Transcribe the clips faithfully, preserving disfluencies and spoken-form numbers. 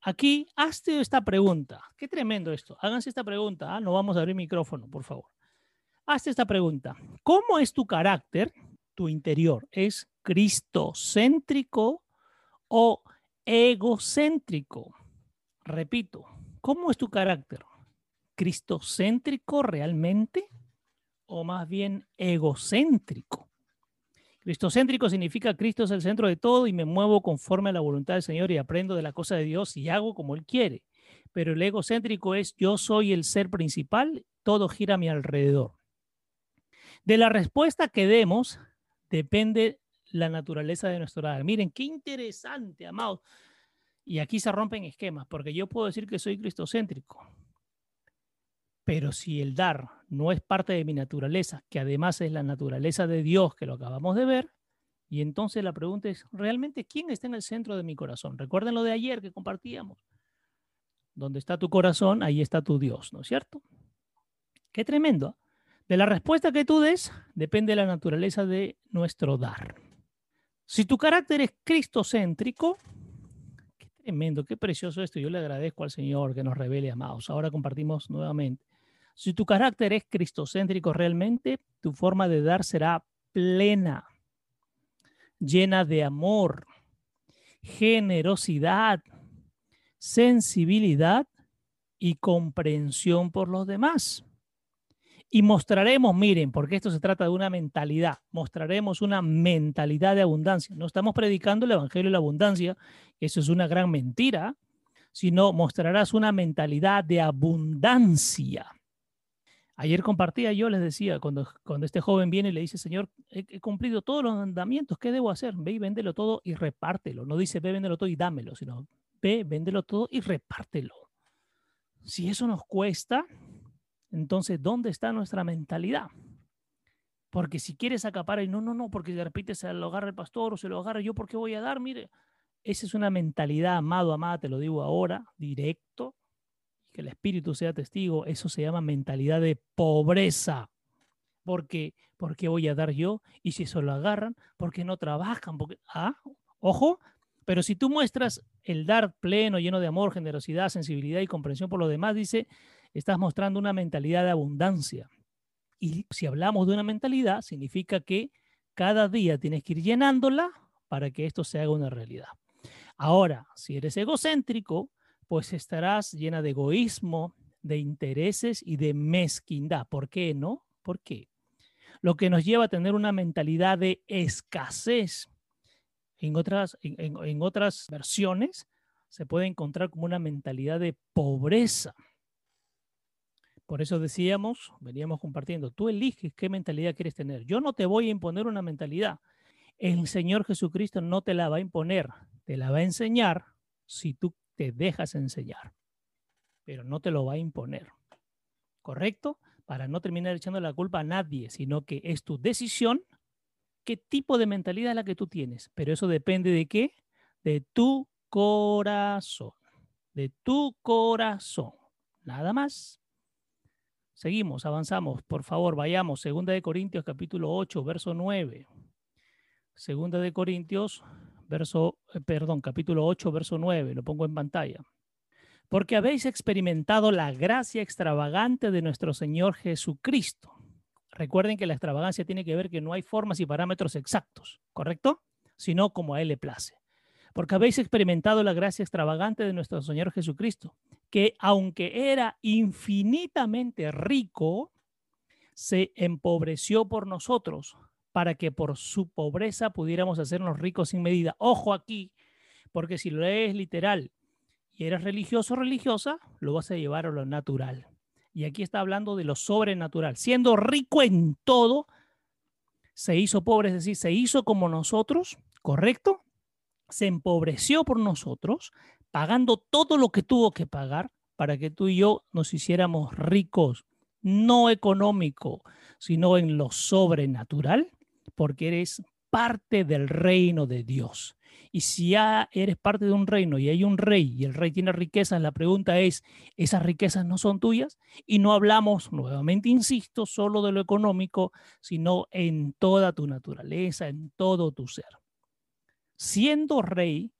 aquí, hazte esta pregunta. Qué tremendo esto. Háganse esta pregunta. ¿Ah? No vamos a abrir micrófono, por favor. Hazte esta pregunta. ¿Cómo es tu carácter, tu interior? ¿Es cristocéntrico o egocéntrico? Repito, ¿cómo es tu carácter? ¿Cristocéntrico realmente o más bien egocéntrico? Cristocéntrico significa Cristo es el centro de todo y me muevo conforme a la voluntad del Señor y aprendo de la cosa de Dios y hago como Él quiere. Pero el egocéntrico es yo soy el ser principal, todo gira a mi alrededor. De la respuesta que demos depende la naturaleza de nuestro dar. Miren, qué interesante, amados. Y aquí se rompen esquemas, porque yo puedo decir que soy cristocéntrico, pero si el dar no es parte de mi naturaleza, que además es la naturaleza de Dios, que lo acabamos de ver, y entonces la pregunta es, ¿realmente quién está en el centro de mi corazón? Recuerden lo de ayer que compartíamos. Donde está tu corazón, ahí está tu Dios, ¿no es cierto? Qué tremendo. De la respuesta que tú des, depende la naturaleza de nuestro dar. Si tu carácter es cristocéntrico, qué tremendo, qué precioso esto. Yo le agradezco al Señor que nos revele, amados. Ahora compartimos nuevamente. Si tu carácter es cristocéntrico realmente, tu forma de dar será plena, llena de amor, generosidad, sensibilidad y comprensión por los demás. Y mostraremos, miren, porque esto se trata de una mentalidad, mostraremos una mentalidad de abundancia. No estamos predicando el evangelio de la abundancia, eso es una gran mentira, sino mostrarás una mentalidad de abundancia. Ayer compartía, yo les decía, cuando, cuando este joven viene y le dice, Señor, he, he cumplido todos los mandamientos, ¿qué debo hacer? Ve y véndelo todo y repártelo. No dice, ve, véndelo todo y dámelo, sino ve, véndelo todo y repártelo. Si eso nos cuesta, entonces, ¿dónde está nuestra mentalidad? Porque si quieres acaparar y no, no, no, porque de repente se lo agarra el pastor o se lo agarra yo, ¿por qué voy a dar? Mire, esa es una mentalidad, amado, amada, te lo digo ahora, directo, que el Espíritu sea testigo, eso se llama mentalidad de pobreza. Porque, ¿por qué voy a dar yo? Y si eso lo agarran, ¿por qué no trabajan? Porque, ah, ojo, pero si tú muestras el dar pleno, lleno de amor, generosidad, sensibilidad y comprensión por los demás, dice, estás mostrando una mentalidad de abundancia. Y si hablamos de una mentalidad, significa que cada día tienes que ir llenándola para que esto se haga una realidad. Ahora, si eres egocéntrico, pues estarás llena de egoísmo, de intereses y de mezquindad. ¿Por qué no? ¿Por qué? Lo que nos lleva a tener una mentalidad de escasez. En otras, en, en, en otras versiones se puede encontrar como una mentalidad de pobreza. Por eso decíamos, veníamos compartiendo, tú eliges qué mentalidad quieres tener. Yo no te voy a imponer una mentalidad. El Señor Jesucristo no te la va a imponer, te la va a enseñar si tú te dejas enseñar, pero no te lo va a imponer. ¿Correcto? Para no terminar echando la culpa a nadie, sino que es tu decisión qué tipo de mentalidad es la que tú tienes. Pero eso depende de qué? De tu corazón. De tu corazón. Nada más. Seguimos, avanzamos. Por favor, vayamos. Segunda de Corintios, capítulo ocho, verso nueve. Segunda de Corintios, verso, eh, perdón, capítulo ocho, verso nueve. Lo pongo en pantalla. Porque habéis experimentado la gracia extravagante de nuestro Señor Jesucristo. Recuerden que la extravagancia tiene que ver que no hay formas y parámetros exactos, ¿correcto? Sino como a Él le place. Porque habéis experimentado la gracia extravagante de nuestro Señor Jesucristo, que aunque era infinitamente rico, se empobreció por nosotros para que por su pobreza pudiéramos hacernos ricos sin medida. Ojo aquí, porque si lo lees literal y eres religioso o religiosa, lo vas a llevar a lo natural. Y aquí está hablando de lo sobrenatural. Siendo rico en todo, se hizo pobre, es decir, se hizo como nosotros, ¿correcto? Se empobreció por nosotros, pagando todo lo que tuvo que pagar para que tú y yo nos hiciéramos ricos, no económico, sino en lo sobrenatural, porque eres parte del reino de Dios. Y si ya eres parte de un reino y hay un rey y el rey tiene riquezas, la pregunta es, ¿esas riquezas no son tuyas? Y no hablamos, nuevamente insisto, solo de lo económico, sino en toda tu naturaleza, en todo tu ser. Siendo rey,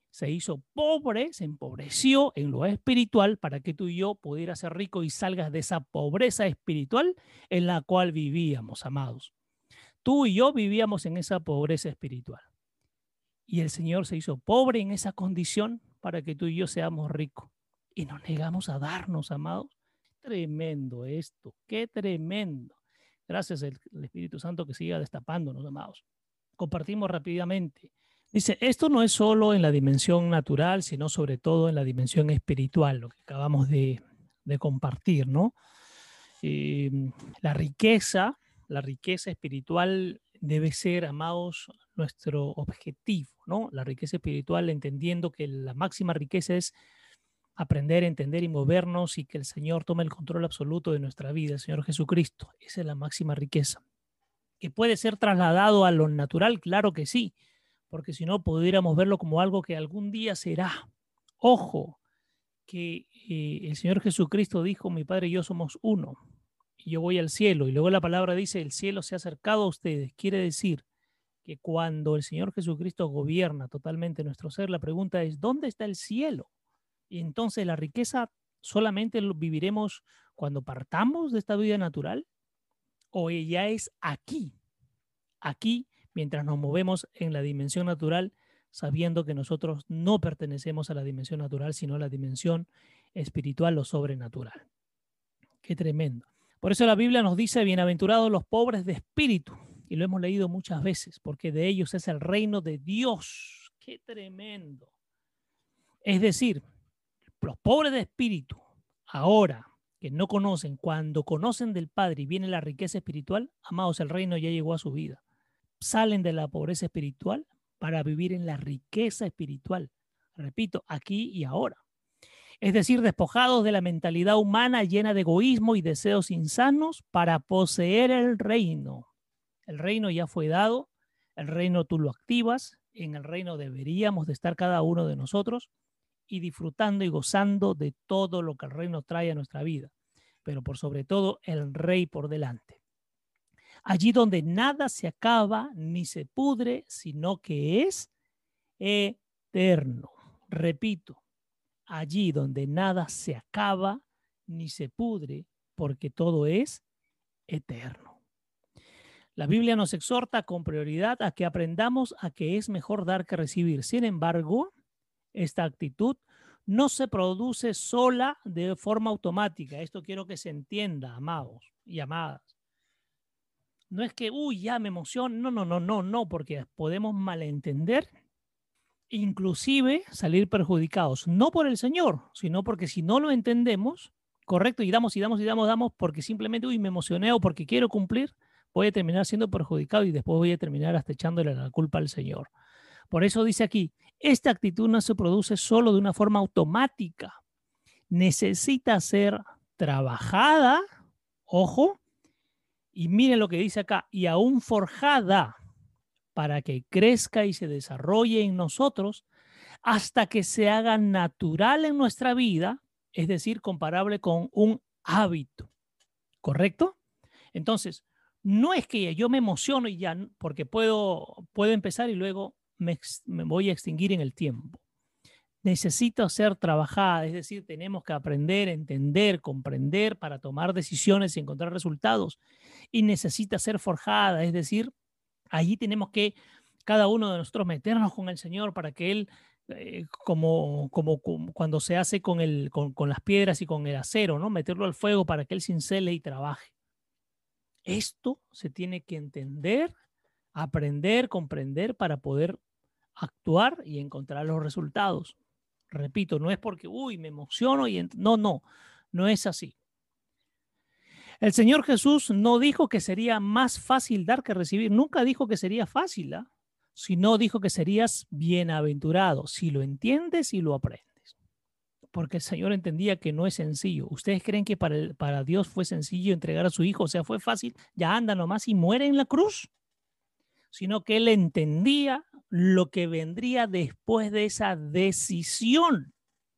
se hizo pobre, se empobreció en lo espiritual para que tú y yo pudieras ser ricos y salgas de esa pobreza espiritual en la cual vivíamos, amados. Tú y yo vivíamos en esa pobreza espiritual. Y el Señor se hizo pobre en esa condición para que tú y yo seamos ricos. Y nos negamos a darnos, amados. Tremendo esto, qué tremendo. Gracias al Espíritu Santo que siga destapándonos, amados. Compartimos rápidamente. Dice, esto no es solo en la dimensión natural, sino sobre todo en la dimensión espiritual, lo que acabamos de, de compartir, ¿no? Eh, la riqueza, la riqueza espiritual debe ser, amados, nuestro objetivo, ¿no? La riqueza espiritual, entendiendo que la máxima riqueza es aprender, entender y movernos y que el Señor tome el control absoluto de nuestra vida, el Señor Jesucristo. Esa es la máxima riqueza. ¿Que puede ser trasladado a lo natural? Claro que sí, porque si no, pudiéramos verlo como algo que algún día será. Ojo, que eh, el Señor Jesucristo dijo, mi Padre y yo somos uno, y yo voy al cielo. Y luego la palabra dice, el cielo se ha acercado a ustedes. Quiere decir que cuando el Señor Jesucristo gobierna totalmente nuestro ser, la pregunta es, ¿dónde está el cielo? Y entonces la riqueza solamente lo viviremos cuando partamos de esta vida natural, o ya es aquí, aquí, mientras nos movemos en la dimensión natural, sabiendo que nosotros no pertenecemos a la dimensión natural, sino a la dimensión espiritual o sobrenatural. Qué tremendo. Por eso la Biblia nos dice, bienaventurados los pobres de espíritu, y lo hemos leído muchas veces, porque de ellos es el reino de Dios. Qué tremendo. Es decir, los pobres de espíritu, ahora que no conocen, cuando conocen del Padre y viene la riqueza espiritual, amados, el reino ya llegó a su vida. Salen de la pobreza espiritual para vivir en la riqueza espiritual. Repito, aquí y ahora. Es decir, despojados de la mentalidad humana llena de egoísmo y deseos insanos para poseer el reino. El reino ya fue dado, el reino tú lo activas, en el reino deberíamos de estar cada uno de nosotros y disfrutando y gozando de todo lo que el reino trae a nuestra vida, pero por sobre todo el Rey por delante. Allí donde nada se acaba ni se pudre, sino que es eterno. Repito, allí donde nada se acaba ni se pudre, porque todo es eterno. La Biblia nos exhorta con prioridad a que aprendamos a que es mejor dar que recibir. Sin embargo, esta actitud no se produce sola de forma automática. Esto quiero que se entienda, amados y amadas. No es que, uy, ya me emociono. No, no, no, no, no, porque podemos malentender, inclusive salir perjudicados, no por el Señor, sino porque si no lo entendemos, correcto, y damos y damos y damos, damos, porque simplemente, uy, me emocioné o porque quiero cumplir, voy a terminar siendo perjudicado y después voy a terminar hasta echándole la culpa al Señor. Por eso dice aquí, esta actitud no se produce solo de una forma automática. Necesita ser trabajada, ojo, y miren lo que dice acá, y aún forjada para que crezca y se desarrolle en nosotros hasta que se haga natural en nuestra vida, es decir, comparable con un hábito. ¿Correcto? Entonces, no es que yo me emociono y ya, porque puedo, puedo empezar y luego me, me voy a extinguir en el tiempo. Necesita ser trabajada, es decir, tenemos que aprender, entender, comprender para tomar decisiones y encontrar resultados. Y necesita ser forjada, es decir, allí tenemos que cada uno de nosotros meternos con el Señor para que Él, eh, como, como, como cuando se hace con, el, con, con las piedras y con el acero, ¿no? Meterlo al fuego para que Él cincele y trabaje. Esto se tiene que entender, aprender, comprender para poder actuar y encontrar los resultados. Repito, no es porque, uy, me emociono y no, no, no es así. El Señor Jesús no dijo que sería más fácil dar que recibir, nunca dijo que sería fácil, ¿eh? Sino dijo que serías bienaventurado si lo entiendes y lo aprendes. Porque el Señor entendía que no es sencillo. ¿Ustedes creen que para, el, para Dios fue sencillo entregar a su hijo? O sea, fue fácil, ya anda nomás y muere en la cruz. Sino que Él entendía lo que vendría después de esa decisión.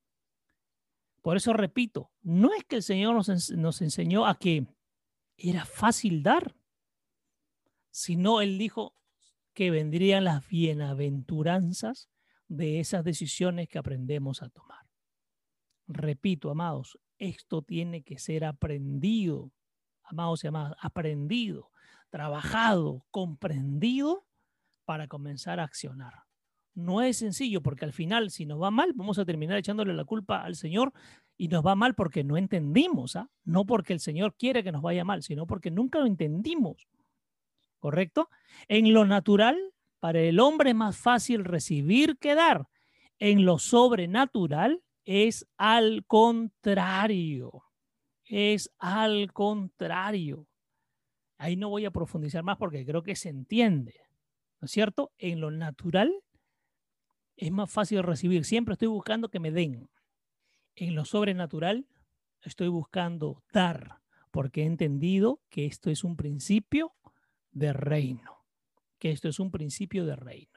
Por eso repito, no es que el Señor nos, nos enseñó a que era fácil dar, sino Él dijo que vendrían las bienaventuranzas de esas decisiones que aprendemos a tomar. Repito, amados, esto tiene que ser aprendido, amados y amadas, aprendido, trabajado, comprendido para comenzar a accionar. No es sencillo porque al final, si nos va mal, vamos a terminar echándole la culpa al Señor y nos va mal porque no entendimos, ¿ah? No porque el Señor quiere que nos vaya mal, sino porque nunca lo entendimos, ¿correcto? En lo natural, para el hombre es más fácil recibir que dar. En lo sobrenatural es al contrario, es al contrario. Ahí no voy a profundizar más porque creo que se entiende, ¿no es cierto? En lo natural es más fácil recibir. Siempre estoy buscando que me den. En lo sobrenatural estoy buscando dar, porque he entendido que esto es un principio de reino, que esto es un principio de reino.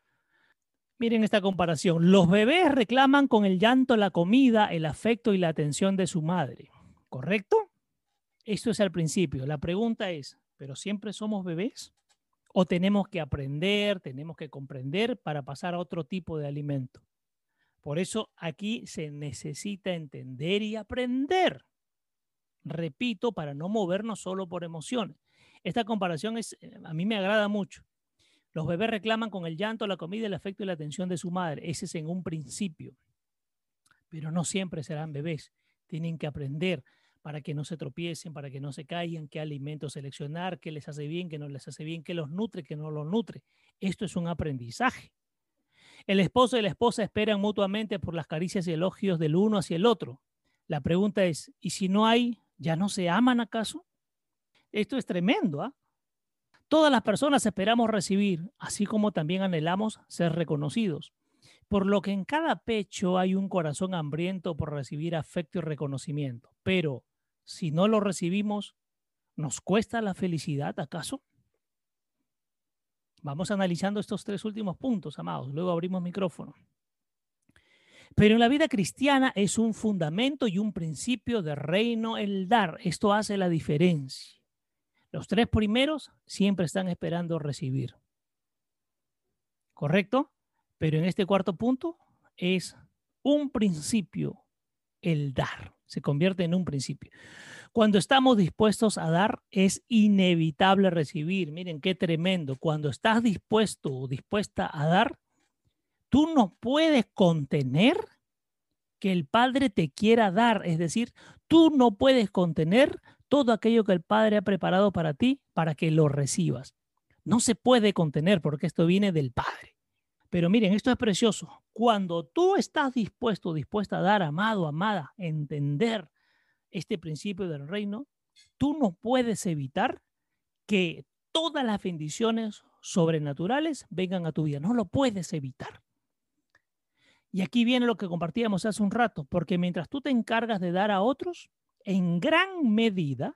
Miren esta comparación. Los bebés reclaman con el llanto la comida, el afecto y la atención de su madre, ¿correcto? Esto es al principio. La pregunta es, ¿pero siempre somos bebés? ¿O tenemos que aprender, tenemos que comprender para pasar a otro tipo de alimento? Por eso aquí se necesita entender y aprender. Repito, para no movernos solo por emociones. Esta comparación es, a mí me agrada mucho. Los bebés reclaman con el llanto, la comida, el afecto y la atención de su madre. Ese es en un principio. Pero no siempre serán bebés. Tienen que aprender para que no se tropiecen, para que no se caigan, qué alimentos seleccionar, qué les hace bien, qué no les hace bien, qué los nutre, qué no los nutre. Esto es un aprendizaje. El esposo y la esposa esperan mutuamente por las caricias y elogios del uno hacia el otro. La pregunta es, ¿y si no hay, ya no se aman acaso? Esto es tremendo, ¿ah? ¿eh? Todas las personas esperamos recibir, así como también anhelamos ser reconocidos. Por lo que en cada pecho hay un corazón hambriento por recibir afecto y reconocimiento. Pero si no lo recibimos, ¿nos cuesta la felicidad acaso? Vamos analizando estos tres últimos puntos, amados. Luego abrimos micrófono. Pero en la vida cristiana es un fundamento y un principio de reino el dar. Esto hace la diferencia. Los tres primeros siempre están esperando recibir. ¿Correcto? Pero en este cuarto punto es un principio el dar. Se convierte en un principio. Cuando estamos dispuestos a dar, es inevitable recibir. Miren qué tremendo. Cuando estás dispuesto o dispuesta a dar, tú no puedes contener que el Padre te quiera dar. Es decir, tú no puedes contener todo aquello que el Padre ha preparado para ti para que lo recibas. No se puede contener porque esto viene del Padre. Pero miren, esto es precioso. Cuando tú estás dispuesto, dispuesta a dar, amado, amada, entender este principio del reino, tú no puedes evitar que todas las bendiciones sobrenaturales vengan a tu vida. No lo puedes evitar. Y aquí viene lo que compartíamos hace un rato, porque mientras tú te encargas de dar a otros, en gran medida,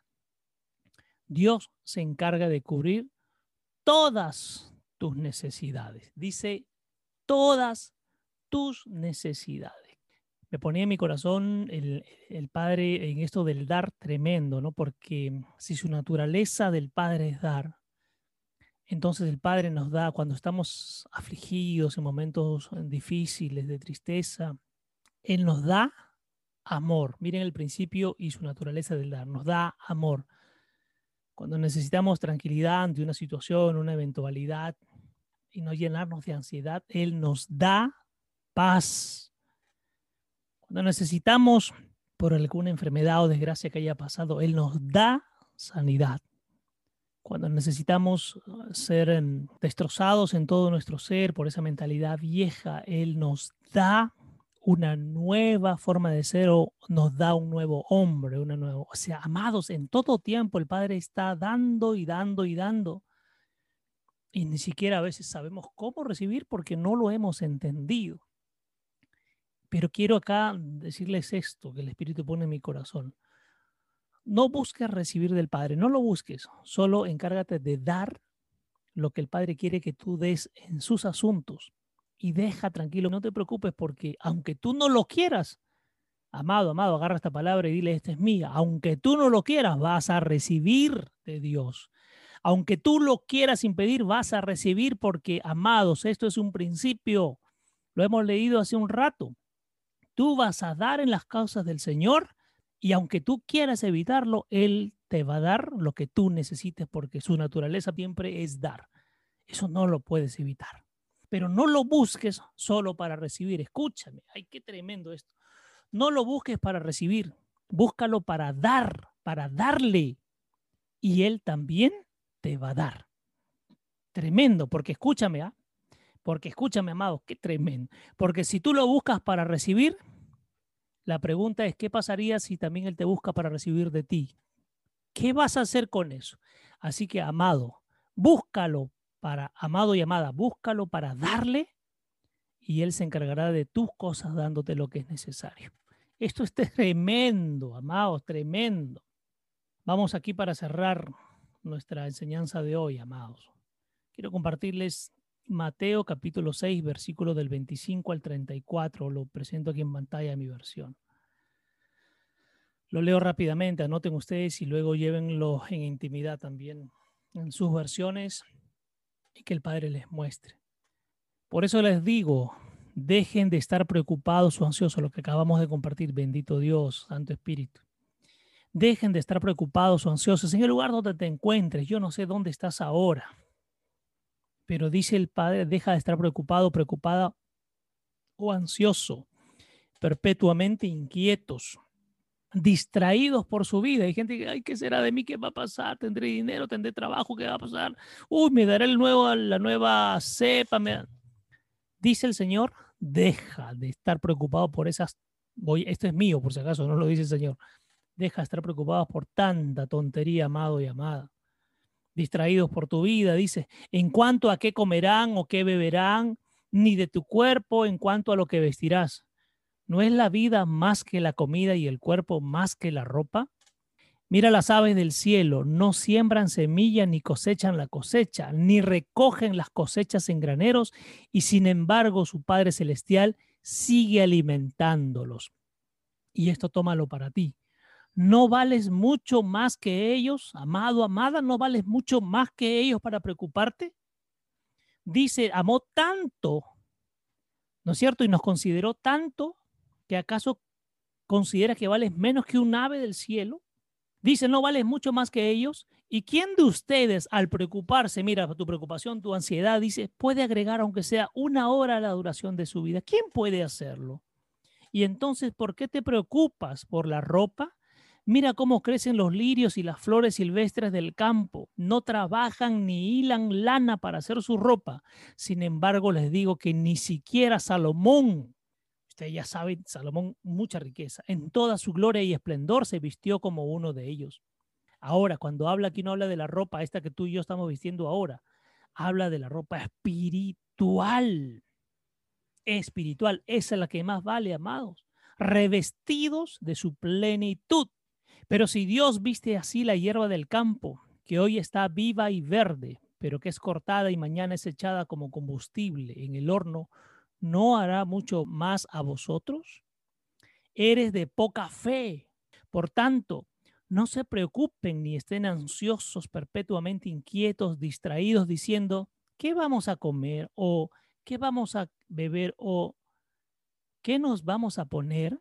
Dios se encarga de cubrir todas tus necesidades. Dice, todas tus necesidades. Me ponía en mi corazón el, el Padre en esto del dar tremendo, ¿no? Porque si su naturaleza del Padre es dar, entonces el Padre nos da cuando estamos afligidos en momentos difíciles de tristeza, Él nos da amor. Miren el principio y su naturaleza del dar, nos da amor. Cuando necesitamos tranquilidad ante una situación, una eventualidad y no llenarnos de ansiedad, Él nos da paz. Cuando necesitamos por alguna enfermedad o desgracia que haya pasado, Él nos da sanidad. Cuando necesitamos ser destrozados en todo nuestro ser por esa mentalidad vieja, Él nos da una nueva forma de ser o nos da un nuevo hombre, una nueva, o sea, amados, en todo tiempo el Padre está dando y dando y dando. Y ni siquiera a veces sabemos cómo recibir porque no lo hemos entendido. Pero quiero acá decirles esto que el Espíritu pone en mi corazón. No busques recibir del Padre, no lo busques, solo encárgate de dar lo que el Padre quiere que tú des en sus asuntos y deja tranquilo, no te preocupes porque aunque tú no lo quieras, amado, amado, agarra esta palabra y dile, esta es mía, aunque tú no lo quieras, vas a recibir de Dios. Aunque tú lo quieras impedir, vas a recibir porque, amados, esto es un principio. Lo hemos leído hace un rato. Tú vas a dar en las causas del Señor y aunque tú quieras evitarlo, Él te va a dar lo que tú necesites porque su naturaleza siempre es dar. Eso no lo puedes evitar. Pero no lo busques solo para recibir. Escúchame, ay, qué tremendo esto. No lo busques para recibir, búscalo para dar, para darle. Y Él también te va a dar. Tremendo, porque escúchame, ¿ah? Porque escúchame, amados, qué tremendo. Porque si tú lo buscas para recibir, la pregunta es, ¿qué pasaría si también Él te busca para recibir de ti? ¿Qué vas a hacer con eso? Así que, amado, búscalo para, amado y amada, búscalo para darle y Él se encargará de tus cosas dándote lo que es necesario. Esto es tremendo, amados, tremendo. Vamos aquí para cerrar nuestra enseñanza de hoy, amados. Quiero compartirles Mateo capítulo seis, versículo del veinticinco al treinta y cuatro. Lo presento aquí en pantalla en mi versión. Lo leo rápidamente, anoten ustedes y luego llévenlo en intimidad también en sus versiones y que el Padre les muestre. Por eso les digo, dejen de estar preocupados o ansiosos, lo que acabamos de compartir, bendito Dios, Santo Espíritu. Dejen de estar preocupados o ansiosos en el lugar donde te encuentres. Yo no sé dónde estás ahora, pero dice el Padre, deja de estar preocupado, preocupada o ansioso, perpetuamente inquietos, distraídos por su vida. Hay gente que, ay, ¿qué será de mí? ¿Qué va a pasar? ¿Tendré dinero? ¿Tendré trabajo? ¿Qué va a pasar? Uy, me dará el nuevo, la nueva cepa. Me... Dice el Señor, deja de estar preocupado por esas, voy, esto es mío por si acaso, no lo dice el Señor, deja de estar preocupado por tanta tontería, amado y amada, distraídos por tu vida, dice, en cuanto a qué comerán o qué beberán, ni de tu cuerpo en cuanto a lo que vestirás. ¿No es la vida más que la comida y el cuerpo más que la ropa? Mira las aves del cielo, no siembran semilla ni cosechan la cosecha, ni recogen las cosechas en graneros, y sin embargo su Padre Celestial sigue alimentándolos. Y esto tómalo para ti. ¿No vales mucho más que ellos, amado, amada? ¿No vales mucho más que ellos para preocuparte? Dice, amó tanto, ¿no es cierto? Y nos consideró tanto que acaso consideras que vales menos que un ave del cielo. Dice, no vales mucho más que ellos. ¿Y quién de ustedes al preocuparse, mira, tu preocupación, tu ansiedad, dice, puede agregar aunque sea una hora a la duración de su vida? ¿Quién puede hacerlo? Y entonces, ¿por qué te preocupas por la ropa? Mira cómo crecen los lirios y las flores silvestres del campo. No trabajan ni hilan lana para hacer su ropa. Sin embargo, les digo que ni siquiera Salomón, usted ya sabe, Salomón, mucha riqueza, en toda su gloria y esplendor se vistió como uno de ellos. Ahora, cuando habla aquí, no habla de la ropa esta que tú y yo estamos vistiendo ahora. Habla de la ropa espiritual. Espiritual. Esa es la que más vale, amados. Revestidos de su plenitud. Pero si Dios viste así la hierba del campo, que hoy está viva y verde, pero que es cortada y mañana es echada como combustible en el horno, ¿no hará mucho más a vosotros? Eres de poca fe. Por tanto, no se preocupen ni estén ansiosos, perpetuamente inquietos, distraídos, diciendo, ¿qué vamos a comer? O ¿qué vamos a beber? O ¿qué nos vamos a poner?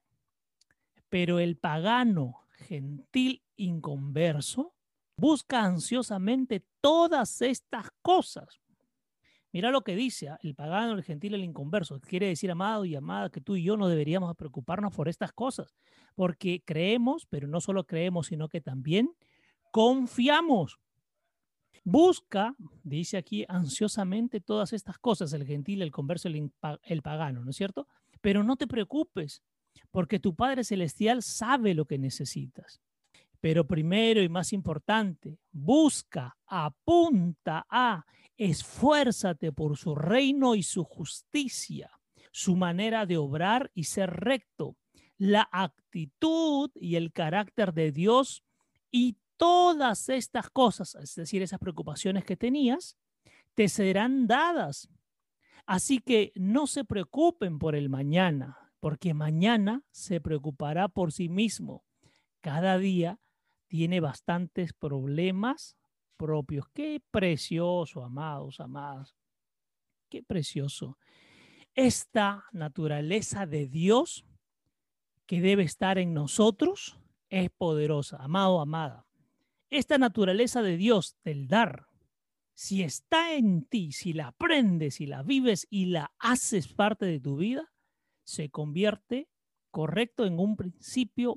Pero el pagano, gentil, inconverso, busca ansiosamente todas estas cosas. Mira lo que dice ¿eh? El pagano, el gentil, el inconverso. Quiere decir, amado y amada, que tú y yo no deberíamos preocuparnos por estas cosas, porque creemos, pero no solo creemos, sino que también confiamos. Busca, dice aquí, ansiosamente todas estas cosas, el gentil, el converso, el, el pagano, ¿no es cierto? Pero no te preocupes, porque tu Padre Celestial sabe lo que necesitas. Pero primero y más importante, busca, apunta a, esfuérzate por su reino y su justicia, su manera de obrar y ser recto, la actitud y el carácter de Dios y todas estas cosas, es decir, esas preocupaciones que tenías, te serán dadas. Así que no se preocupen por el mañana, porque mañana se preocupará por sí mismo. Cada día tiene bastantes problemas propios. Qué precioso, amados, amadas. Qué precioso. Esta naturaleza de Dios que debe estar en nosotros es poderosa, amado, amada. Esta naturaleza de Dios del dar, si está en ti, si la aprendes, si la vives y la haces parte de tu vida, se convierte, correcto, en un principio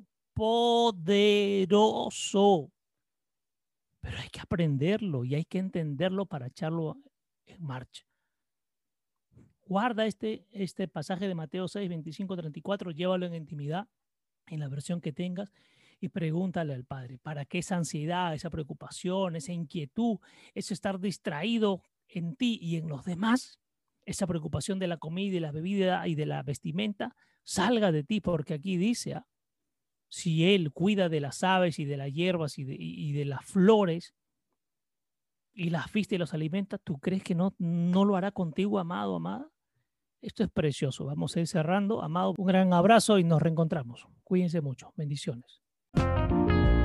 poderoso. Pero hay que aprenderlo y hay que entenderlo para echarlo en marcha. Guarda este, este pasaje de Mateo seis, veinticinco, treinta y cuatro, llévalo en intimidad, en la versión que tengas, y pregúntale al Padre, ¿para qué esa ansiedad, esa preocupación, esa inquietud, ese estar distraído en ti y en los demás, esa preocupación de la comida y la bebida y de la vestimenta, salga de ti? Porque aquí dice, ¿ah? Si Él cuida de las aves y de las hierbas y de, y de las flores y las viste y los alimenta, ¿tú crees que no, no lo hará contigo, amado, amada? Esto es precioso. Vamos a ir cerrando. Amado, un gran abrazo y nos reencontramos. Cuídense mucho. Bendiciones.